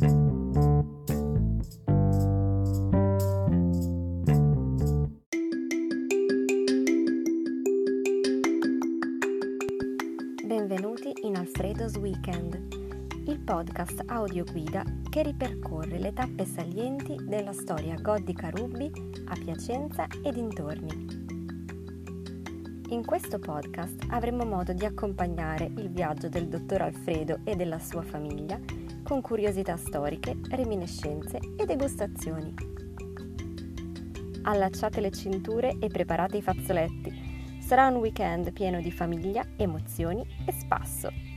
Benvenuti in Alfredo's Weekend, il podcast audio guida che ripercorre le tappe salienti della storia godica Ruby a Piacenza e dintorni. In questo podcast avremo modo di accompagnare il viaggio del dottor Alfredo e della sua famiglia con curiosità storiche, reminiscenze e degustazioni. Allacciate le cinture e preparate i fazzoletti. Sarà un weekend pieno di famiglia, emozioni e spasso.